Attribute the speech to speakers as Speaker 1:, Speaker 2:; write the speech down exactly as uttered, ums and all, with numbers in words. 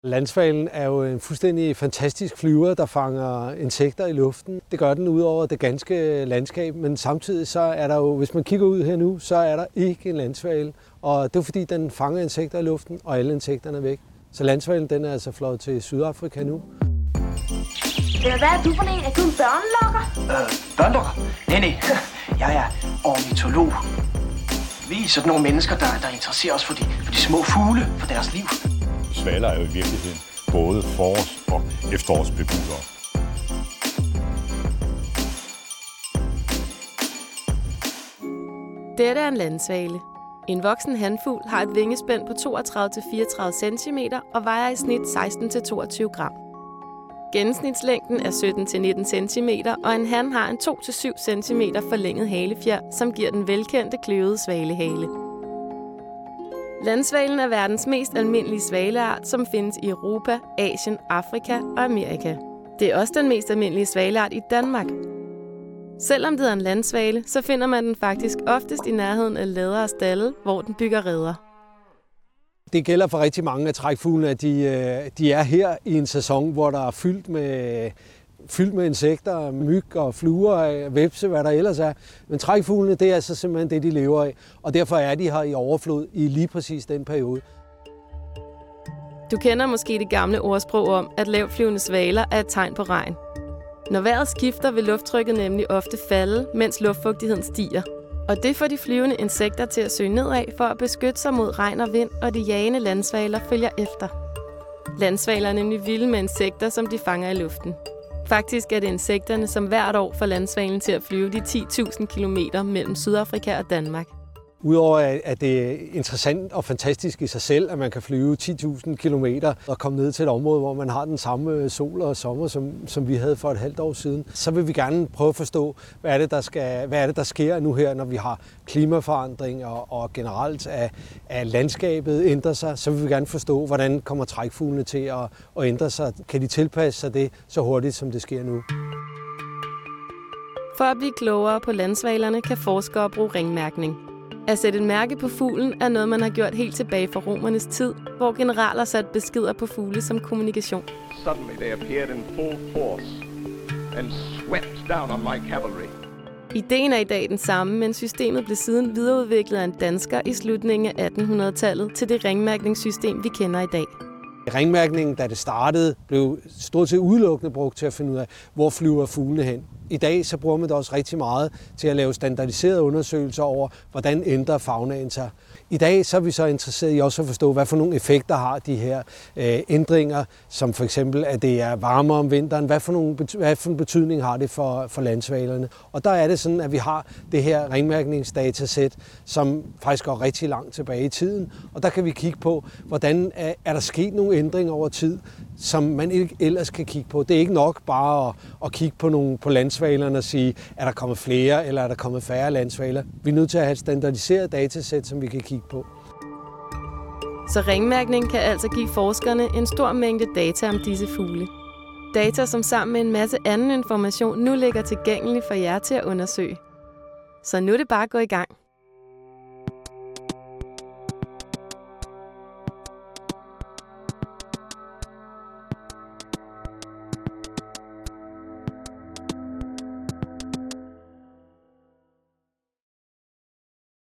Speaker 1: Landsvalen er jo en fuldstændig fantastisk flyver, der fanger insekter i luften. Det gør den ud over det ganske landskab, men samtidig så er der jo, hvis man kigger ud her nu, så er der ikke en landsvale. Og det er fordi, den fanger insekter i luften, og alle insekterne er væk. Så landsvalen den er altså fløjet til Sydafrika nu.
Speaker 2: Hvad er du for en? Er du en børnelokker?
Speaker 3: Øh, børnelokker? Nej, nej. Jeg er ornitolog. Vi er sådan nogle mennesker, der, der interesserer os for de, for de små fugle, for deres liv.
Speaker 4: Svaler er jo i virkeligheden både forårs- og efterårsbebudere.
Speaker 5: Dette er en landsvale. En voksen hanfugl har et vingespænd på toogtredive til fireogtredive centimeter og vejer i snit seksten til toogtyve gram. Gennemsnitslængden er sytten til nitten centimeter, og en han har en to til syv centimeter forlænget halefjer, som giver den velkendte kløvede svalehale. Landsvalen er verdens mest almindelige svaleart, som findes i Europa, Asien, Afrika og Amerika. Det er også den mest almindelige svaleart i Danmark. Selvom det er en landsvale, så finder man den faktisk oftest i nærheden af lader og stalde, hvor den bygger reder.
Speaker 1: Det gælder for rigtig mange af trækfuglene, at de, de er her i en sæson, hvor der er fyldt med, fyldt med insekter, myg og fluer, hvepse, hvad der ellers er. Men trækfuglene, det er altså simpelthen det, de lever af. Og derfor er de her i overflod i lige præcis den periode.
Speaker 5: Du kender måske det gamle ordsprog om, at lavtflyvende svaler er et tegn på regn. Når vejret skifter, vil lufttrykket nemlig ofte falde, mens luftfugtigheden stiger. Og det får de flyvende insekter til at søge nedad for at beskytte sig mod regn og vind, og de jagende landsvaler følger efter. Landsvaler er nemlig vilde med insekter, som de fanger i luften. Faktisk er det insekterne, som hvert år får landsvalen til at flyve de ti tusind kilometer mellem Sydafrika og Danmark.
Speaker 1: Udover at det er interessant og fantastisk i sig selv, at man kan flyve ti tusind kilometer og komme ned til et område, hvor man har den samme sol og sommer, som, som vi havde for et halvt år siden, så vil vi gerne prøve at forstå, hvad er det, der, skal, hvad er det, der sker nu her, når vi har klimaforandring og, og generelt at, at landskabet ændrer sig. Så vil vi gerne forstå, hvordan kommer trækfuglene til at, at ændre sig. Kan de tilpasse sig det så hurtigt, som det sker nu?
Speaker 5: For at blive klogere på landsvalerne, kan forskere bruge ringmærkning. At sætte et mærke på fuglen er noget, man har gjort helt tilbage fra romernes tid, hvor generaler satte beskeder på fugle som kommunikation.
Speaker 6: Suddenly they appeared in full force and swept down on my cavalry.
Speaker 5: Ideen er i dag den samme, men systemet blev siden videreudviklet af en dansker i slutningen af attenhundredetallet til det ringmærkningssystem, vi kender i dag.
Speaker 1: Ringmærkningen, da det startede, blev stort set udelukkende brugt til at finde ud af, hvor flyver fuglene hen. I dag så bruger man det også rigtig meget til at lave standardiserede undersøgelser over, hvordan ændrer faunaen sig. I dag så er vi så interesseret i også at forstå, hvad for nogle effekter har de her øh, ændringer, som for eksempel, at det er varmere om vinteren. Hvad for, nogle, hvad for en betydning har det for, for landsvalerne? Og der er det sådan, at vi har det her ringmærkningsdatasæt, som faktisk går rigtig langt tilbage i tiden. Og der kan vi kigge på, hvordan er, er der sket nogle ændringer over tid, som man ikke ellers kan kigge på. Det er ikke nok bare at, at kigge på, nogle, på landsvalerne og sige, er der kommet flere eller er der kommet færre landsvaler. Vi er nødt til at have et standardiseret datasæt, som vi kan kigge på.
Speaker 5: Så ringmærkning kan altså give forskerne en stor mængde data om disse fugle. Data, som sammen med en masse anden information nu ligger tilgængelig for jer til at undersøge. Så nu er det bare at gå i gang.